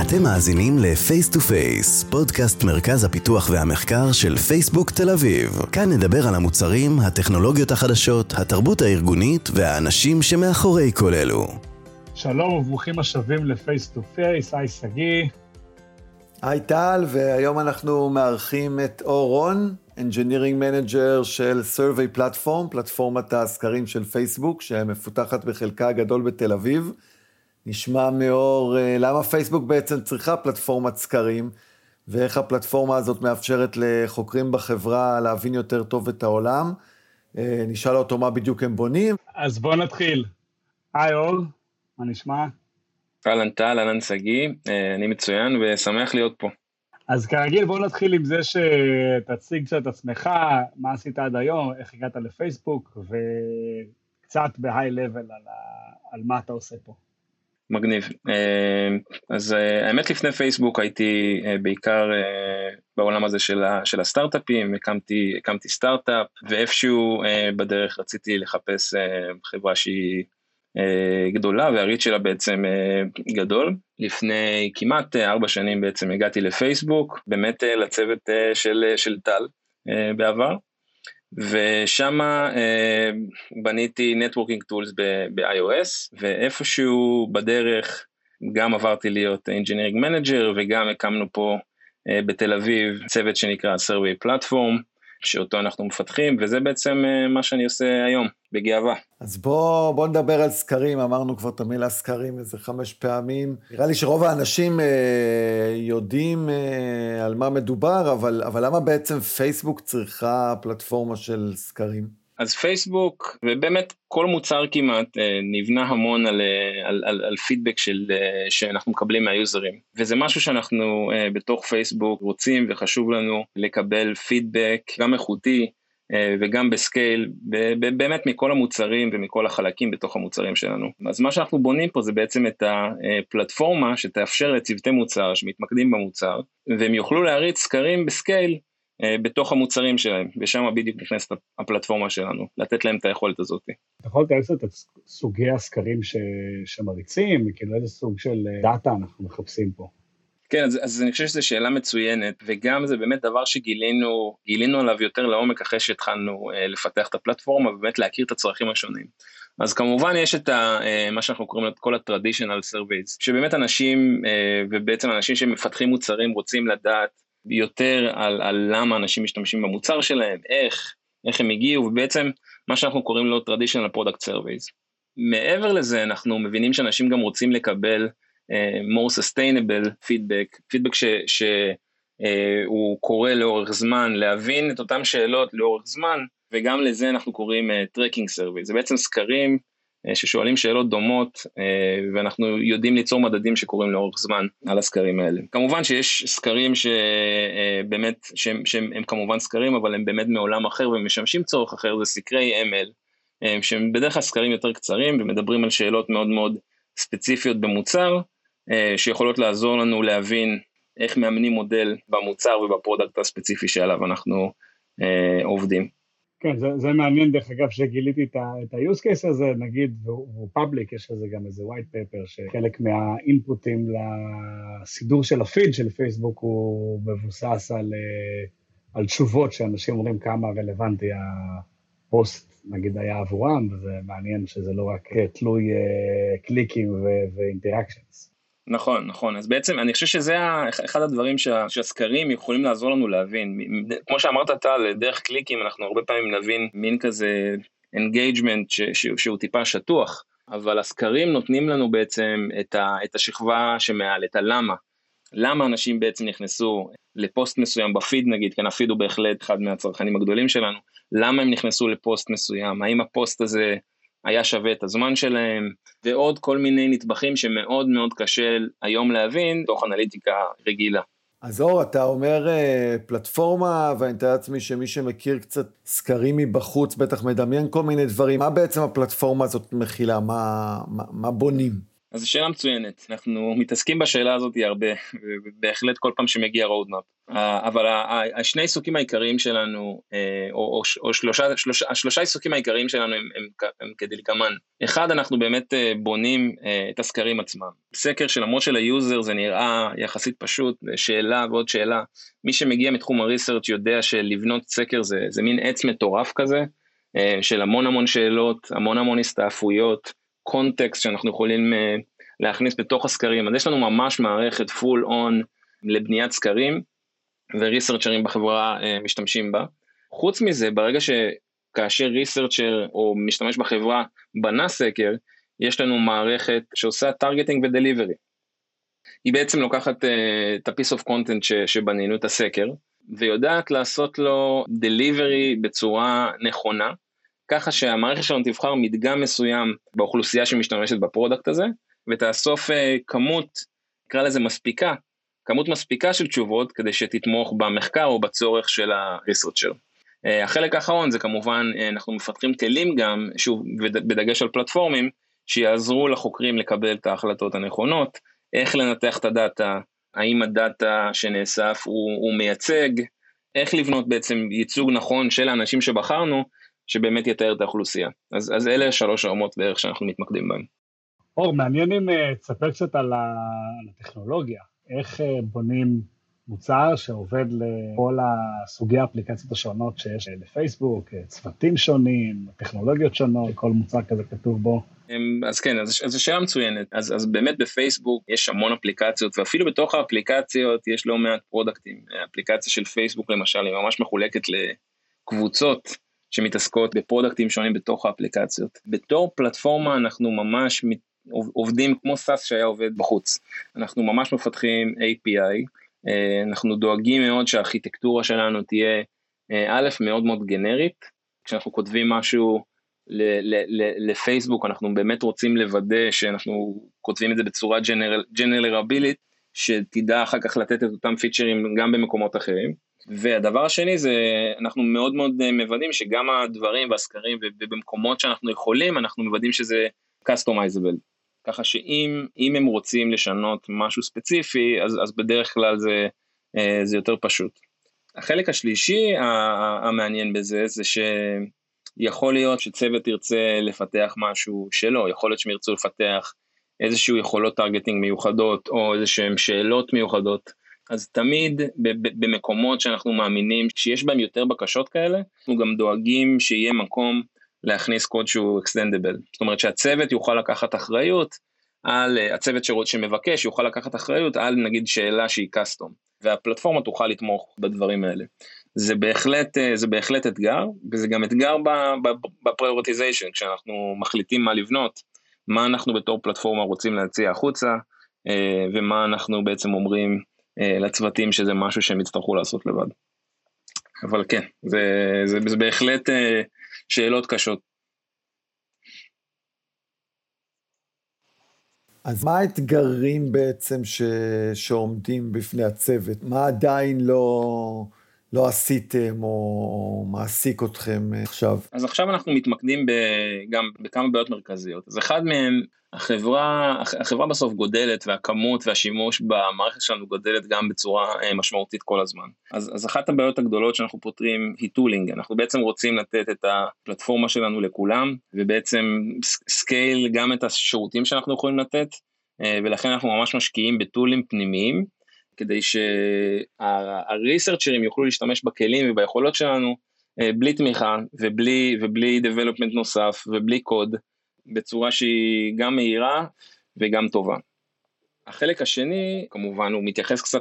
אתם מאזינים ל-Face to Face, פודקאסט מרכז הפיתוח והמחקר של פייסבוק תל אביב. כאן נדבר על המוצרים, הטכנולוגיות החדשות, התרבות הארגונית והאנשים שמאחורי כל אלו. שלום וברוכים השבים ל-Face to Face, היי סגי. היי טל, והיום אנחנו מארחים את אור רון, Engineering Manager של Survey Platform, פלטפורמת הסקרים של פייסבוק, שמפותחת בחלקה הגדול בתל אביב. נשמע מאור למה פייסבוק בעצם צריכה פלטפורמת סקרים, ואיך הפלטפורמה הזאת מאפשרת לחוקרים בחברה להבין יותר טוב את העולם. נשאל אותו מה בדיוק הם בונים. אז בוא נתחיל. היי אור, מה נשמע? אהלן טל, אהלן סגי, אני מצוין ושמח להיות פה. אז כרגיל בוא נתחיל עם זה שתציג קצת את עצמך, מה עשית עד היום, איך הגעת לפייסבוק, וקצת בהיי לבל על מה אתה עושה פה. מגניב. אז האמת לפני פייסבוק הייתי בעיקר בעולם הזה של הסטארט-אפים, הקמתי סטארט-אפ, ואיפשהו בדרך רציתי לחפש חברה שהיא גדולה, והריץ שלה בעצם גדול. לפני כמעט 4 שנים בעצם הגעתי לפייסבוק, באמת לצוות של טל בעבר, ושם בניתי Networking Tools ב-iOS, ואיפשהו בדרך גם עברתי להיות Engineering Manager, וגם הקמנו פה בתל אביב צוות שנקרא Survey Platform, שאותו אנחנו מפתחים, וזה בעצם מה שאני עושה היום, בגאווה. אז בוא נדבר על סקרים, אמרנו כבר את המילה סקרים איזה 5 פעמים. נראה לי שרוב האנשים יודעים על מה מדובר, אבל למה בעצם פייסבוק צריכה פלטפורמה של סקרים? אז פייסבוק, ובאמת כל מוצר כמעט נבנה המון על פידבק שאנחנו מקבלים מהיוזרים, וזה משהו שאנחנו בתוך פייסבוק רוצים וחשוב לנו לקבל פידבק גם איכותי וגם בסקייל, באמת מכל המוצרים ומכל החלקים בתוך המוצרים שלנו. אז מה שאנחנו בונים פה זה בעצם את הפלטפורמה שתאפשר לצוותי מוצר שמתמקדים במוצר, והם יוכלו להריץ סקרים בסקייל, בתוך המוצרים שלהם, ושם בדיוק נכנסת הפלטפורמה שלנו, לתת להם את היכולת הזאת. אתה יכול לתאר את סוגי הסקרים שמריצים, כאילו איזה סוג של דאטה אנחנו מחפשים פה? כן, אז אני חושב שזו שאלה מצוינת, וגם זה באמת דבר שגילינו עליו יותר לעומק אחרי שהתחלנו לפתח את הפלטפורמה, ובאמת להכיר את הצרכים השונים. אז כמובן יש את מה שאנחנו קוראים לו את כל ה-traditional surveys, שבאמת אנשים, ובעצם אנשים שמפתחים מוצרים רוצים לדעת, יותר על למה אנשים משתמשים במוצר שלהם, איך הם הגיעו, ובעצם מה שאנחנו קוראים לו traditional product surveys. מעבר לזה, אנחנו מבינים שאנשים גם רוצים לקבל more sustainable פידבק שהוא קורא לאורך זמן, להבין את אותם שאלות לאורך זמן, וגם לזה אנחנו קוראים tracking surveys. זה בעצם סקרים ששואלים שאלות דומות, ואנחנו יודעים ליצור מדדים שקוראים לאורך זמן על הסקרים האלה. כמובן שיש סקרים שבאמת, שהם כמובן סקרים, אבל הם באמת מעולם אחר ומשמשים צורך אחר, זה סקרי ML, שהם בדרך כלל סקרים יותר קצרים, ומדברים על שאלות מאוד מאוד ספציפיות במוצר, שיכולות לעזור לנו להבין איך מאמנים מודל במוצר ובפרודקט הספציפי שעליו אנחנו עובדים. כן, זה מעניין דרך אגב שגיליתי את ה-use case הזה, נגיד, והוא פאבליק, יש לזה גם איזה white paper, שחלק מהאינפוטים לסידור של הפיד של פייסבוק, הוא מבוסס על תשובות שאנשים אומרים כמה רלוונטי הפוסט, נגיד, היה עבורם, וזה מעניין שזה לא רק תלוי קליקים ואינטראקשנס. נכון, אז בעצם אני חושב שזה אחד הדברים שהסקרים יכולים לעזור לנו להבין, כמו שאמרת טל, דרך קליקים אנחנו הרבה פעמים נבין מין כזה engagement שהוא טיפה שטוח, אבל הסקרים נותנים לנו בעצם את השכבה שמעל, את למה אנשים בעצם נכנסו לפוסט מסוים בפיד נגיד, כן הפיד הוא בהחלט אחד מהצרכנים הגדולים שלנו, למה הם נכנסו לפוסט מסוים, האם הפוסט הזה היה שווה את הזמן שלהם, ועוד כל מיני נטבחים שמאוד מאוד קשה היום להבין, תוך אנליטיקה רגילה. אז אור, אתה אומר פלטפורמה, ואני מתאר לעצמי שמי שמכיר קצת סקרים מבחוץ, בטח מדמיין כל מיני דברים, מה בעצם הפלטפורמה הזאת מכילה, מה בונים? אז זו שאלה מצוינת, אנחנו מתעסקים בשאלה הזאת הרבה, ובהחלט כל פעם שמגיע roadmap, אבל השני עיסוקים העיקריים שלנו, או שלושה עיסוקים העיקריים שלנו הם כדלקמן. אחד, אנחנו באמת בונים את הסקרים עצמם. סקר של המוד של היוזר זה נראה יחסית פשוט, שאלה ועוד שאלה. מי שמגיע מתחום הריסרצ' יודע שלבנות סקר זה מין עץ מטורף כזה, של המון שאלות, המון הסתעפויות, קונטקסט שאנחנו יכולים להכניס בתוך הסקרים. אז יש לנו ממש מערכת full on לבניית סקרים, וריסרצ'רים בחברה משתמשים בה. חוץ מזה, ברגע שכאשר ריסרצ'ר או משתמש בחברה בנה סקר, יש לנו מערכת שעושה טרגטינג ודליברי. היא בעצם לוקחת את ה-piece of content שבנינו את הסקר, ויודעת לעשות לו דליברי בצורה נכונה, ככה שהמערכת שלנו תבחר מדגם מסוים באוכלוסייה שמשתמשת בפרודקט הזה, ותאסוף כמות, נקרא לזה מספיקה, כמות מספיקה של תשובות, כדי שתתמוך במחקר או בצורך של הריסרצ'ר. החלק האחרון זה כמובן, אנחנו מפתחים כלים גם, שוב, בדגש על פלטפורמים, שיעזרו לחוקרים לקבל את ההחלטות הנכונות, איך לנתח את הדאטה, האם הדאטה שנאסף הוא מייצג, איך לבנות בעצם ייצוג נכון של האנשים שבחרנו, שבאמת יתאר את האוכלוסייה. אז אלה 3 רמות בערך שאנחנו מתמקדים בהם. אור, מעניין אם תספר קצת על הטכנולוגיה, איך בונים מוצר שעובד לכל הסוגי האפליקציות השונות שיש לפייסבוק, צוותים שונים, טכנולוגיות שונות, כל מוצר כזה כתוב בו. אז כן, אז זו שאלה מצוינת. אז באמת בפייסבוק יש המון אפליקציות, ואפילו בתוך האפליקציות יש לא מעט פרודקטים. האפליקציה של פייסבוק למשל היא ממש מחולקת לקבוצות שמתעסקות בפרודקטים שונים בתוך האפליקציות. בתור פלטפורמה אנחנו ממש עובדים כמו סאס שהיה עובד בחוץ. אנחנו ממש מפתחים API, אנחנו דואגים מאוד שהארכיטקטורה שלנו תהיה א' מאוד גנרית, כשאנחנו כותבים משהו לפייסבוק, אנחנו באמת רוצים לוודא שאנחנו כותבים את זה בצורה ג'נרלבילית, שתדע אחר כך לתת את אותם פיצ'רים גם במקומות אחרים. והדבר השני זה, אנחנו מאוד מוודאים שגם הדברים והסקרים ובמקומות שאנחנו יכולים, אנחנו מוודאים שזה customizable. ככה שאם הם רוצים לשנות משהו ספציפי, אז בדרך כלל זה יותר פשוט. החלק השלישי המעניין בזה, זה שיכול להיות שצוות ירצה לפתח משהו שלו, יכול להיות שהם ירצו לפתח איזשהו יכולות טרגטינג מיוחדות, או איזשהם שאלות מיוחדות, אז תמיד במקומות שאנחנו מאמינים שיש בהם יותר בקשות כאלה, אנחנו גם דואגים שיהיה מקום להכניס קוד שהוא extendable, זאת אומרת שהצוות יוכל לקחת אחריות, הצוות שמבקש יוכל לקחת אחריות על נגיד שאלה שהיא קסטום, והפלטפורמה תוכל לתמוך בדברים האלה. זה בהחלט אתגר, וזה גם אתגר בפריוריטיזיישן, כשאנחנו מחליטים מה לבנות, מה אנחנו בתור פלטפורמה רוצים להציע החוצה, ומה אנחנו בעצם אומרים לצוותים שזה משהו שהם יצטרכו לעשות לבד. אבל כן, זה בהחלט שאלות קשות. אז מה האתגרים בעצם שעומדים בפני הצוות? מה עדיין לא עשיתם או מעסיק אתכם עכשיו? אז עכשיו אנחנו מתמקדים גם בכמה בעיות מרכזיות. אז אחד מהם, החברה בסוף גודלת, והכמות והשימוש במערכת שלנו גודלת גם בצורה משמעותית כל הזמן. אז אחת הבעיות הגדולות שאנחנו פותרים היא טולינג. אנחנו בעצם רוצים לתת את הפלטפורמה שלנו לכולם, ובעצם סקייל גם את השירותים שאנחנו יכולים לתת, ולכן אנחנו ממש משקיעים בטולים פנימיים, כדי שהריסרצ'רים יוכלו להשתמש בכלים וביכולות שלנו, בלי תמיכה ובלי development נוסף ובלי קוד, בצורה שהיא גם מהירה וגם טובה. החלק השני, כמובן, הוא מתייחס קצת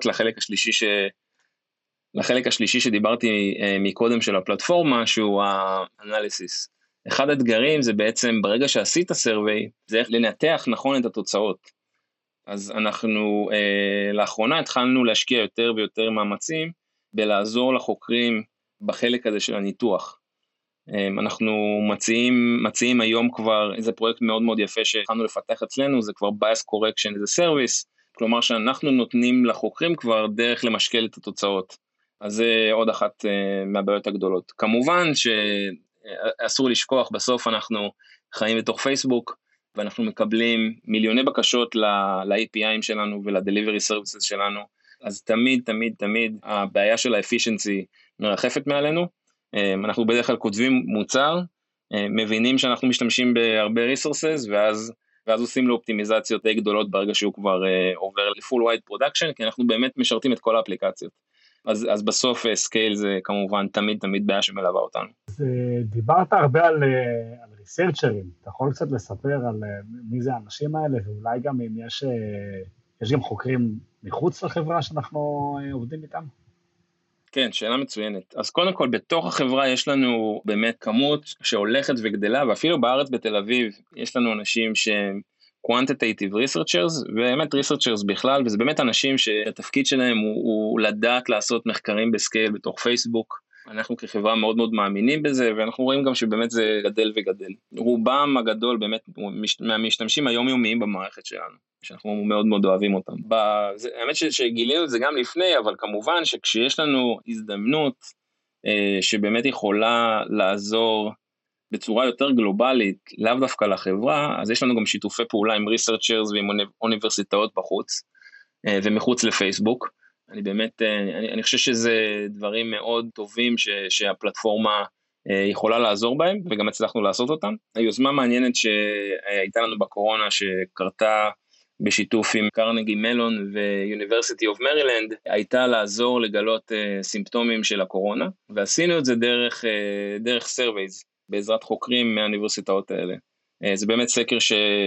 לחלק השלישי שדיברתי מקודם של הפלטפורמה, שהוא האנליסיס. אחד האתגרים זה בעצם ברגע שעשית סרווי, זה איך לנתח נכון את התוצאות. אז אנחנו לאחרונה התחלנו להשקיע יותר ויותר מאמצים בלעזור לחוקרים בחלק הזה של הניתוח. אנחנו מציעים היום כבר איזה פרויקט מאוד יפה שהתחלנו לפתח אצלנו, זה כבר bias correction as a service, כלומר שאנחנו נותנים לחוקרים כבר דרך למשקל את התוצאות. אז זה עוד אחת מהבעיות הגדולות. כמובן שאסור לשכוח, בסוף אנחנו חיים בתוך פייסבוק, ואנחנו מקבלים מיליוני בקשות ל-API'ים שלנו ול-Delivery Services שלנו, אז תמיד הבעיה של ה-efficiency מרחפת מעלינו. אנחנו בדרך כלל כותבים מוצר, מבינים שאנחנו משתמשים בהרבה resources, ואז עושים לו אופטימיזציות די גדולות ברגע שהוא כבר עובר ל-full wide production, כי אנחנו באמת משרתים את כל האפליקציות. אז בסוף סקייל זה כמובן תמיד בעיה שמלווה אותנו. דיברת הרבה על ריסרצ'רים, אתה יכול קצת לספר על מי זה האנשים האלה, ואולי גם אם יש גם חוקרים מחוץ לחברה שאנחנו עובדים איתם? כן, שאלה מצוינת. אז קודם כל, בתוך החברה יש לנו באמת כמות שהולכת וגדלה, ואפילו בארץ בתל אביב יש לנו אנשים שהם quantitative researchers, ובאמת researchers בכלל, וזה באמת אנשים שהתפקיד שלהם הוא לדעת לעשות מחקרים בסקייל בתוך פייסבוק. אנחנו כחברה מאוד מאוד מאמינים בזה, ואנחנו רואים גם שבאמת זה גדל וגדל. רובם הגדול באמת מהמשתמשים היומיומיים במערכת שלנו, שאנחנו מאוד מאוד אוהבים אותם. האמת שגילינו את זה גם לפני, אבל כמובן שכשיש לנו הזדמנות שבאמת יכולה לעזור בצורה יותר גלובלית, לאו דווקא לחברה, אז יש לנו גם שיתופי פעולה עם researchers ועם אוניברסיטאות בחוץ, ומחוץ לפייסבוק. אני חושב שזה דברים מאוד טובים שהפלטפורמה יכולה לעזור בהם, וגם הצלחנו לעשות אותם. היוזמה מעניינת שהייתה לנו בקורונה, שקרתה בשיתוף עם קרנגי מלון ו-University of Maryland, הייתה לעזור לגלות סימפטומים של הקורונה, ועשינו את זה דרך surveys, בעזרת חוקרים מהאוניברסיטאות האלה. זה באמת סקר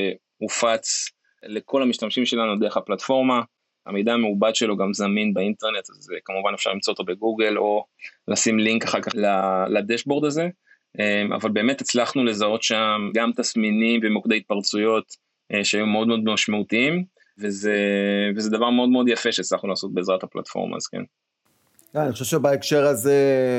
שהופץ לכל המשתמשים שלנו דרך הפלטפורמה, המידע המעובד שלו גם זמין באינטרנט, אז כמובן אפשר למצוא אותו בגוגל, או לשים לינק אחר כך לדשבורד הזה, אבל באמת הצלחנו לזהות שם גם תסמינים ומוקדי התפרצויות, שהיו מאוד מאוד משמעותיים, וזה דבר מאוד מאוד יפה שהצלחנו לעשות בעזרת הפלטפורמה, אז כן. אני חושב שבהקשר הזה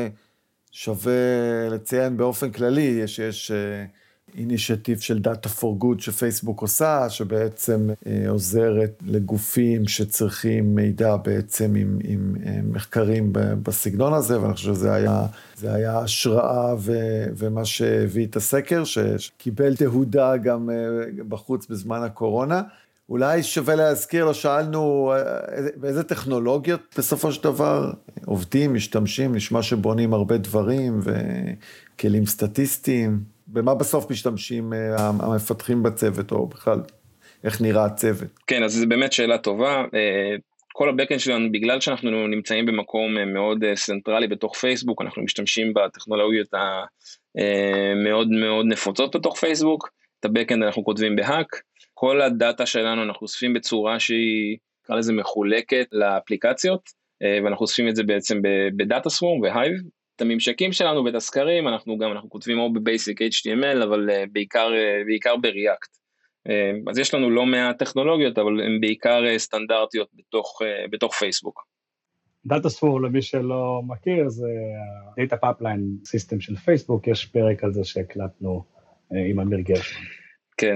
שווה לציין באופן כללי, יש אינישטיב של Data for Good שפייסבוק עושה, שבעצם עוזרת לגופים שצריכים מידע בעצם עם מחקרים בסגנון הזה, ואני חושב שזה היה השראה ומה שהביא את הסקר, שקיבל תהודה גם בחוץ בזמן הקורונה. אולי שווה להזכיר, לא שאלנו באיזה טכנולוגיות בסופו של דבר עובדים, משתמשים, נשמע שבונים הרבה דברים וכלים סטטיסטיים. במה בסוף משתמשים המפתחים בצוות, או בכלל, איך נראה הצוות? כן, אז זו באמת שאלה טובה. כל הבקאנד שלנו, בגלל שאנחנו נמצאים במקום מאוד סנטרלי בתוך פייסבוק, אנחנו משתמשים בטכנולוגיות המאוד מאוד נפוצות בתוך פייסבוק. את הבקאנד אנחנו כותבים בהאק. כל הדאטה שלנו אנחנו אוספים בצורה שהיא, נקרא לזה, מחולקת לאפליקציות, ואנחנו אוספים את זה בעצם בדאטה סוורם והייב. את הממשקים שלנו ואת הסקרים, אנחנו כותבים או בבייסיק HTML, אבל בעיקר בריאקט. אז יש לנו לא מעט טכנולוגיות, אבל הן בעיקר סטנדרטיות בתוך פייסבוק. דאטה סוורם, למי שלא מכיר, זה ה-Data Pipeline System של פייסבוק, יש פרק על זה שהקלטנו עם אמיר גרשון. כן,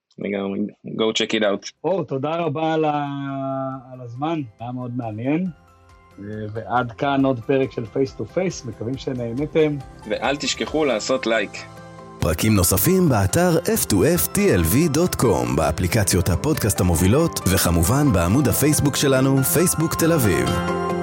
go check it out. תודה רבה על הזמן, היה מאוד מעניין. ועד כאן עוד פרק של פייס טו פייס, מקווים שנהנתם. ואל תשכחו לעשות לייק. פרקים נוספים באתר f2ftlv.com, באפליקציות הפודקאסט המובילות, וכמובן בעמוד הפייסבוק שלנו, פייסבוק תל אביב.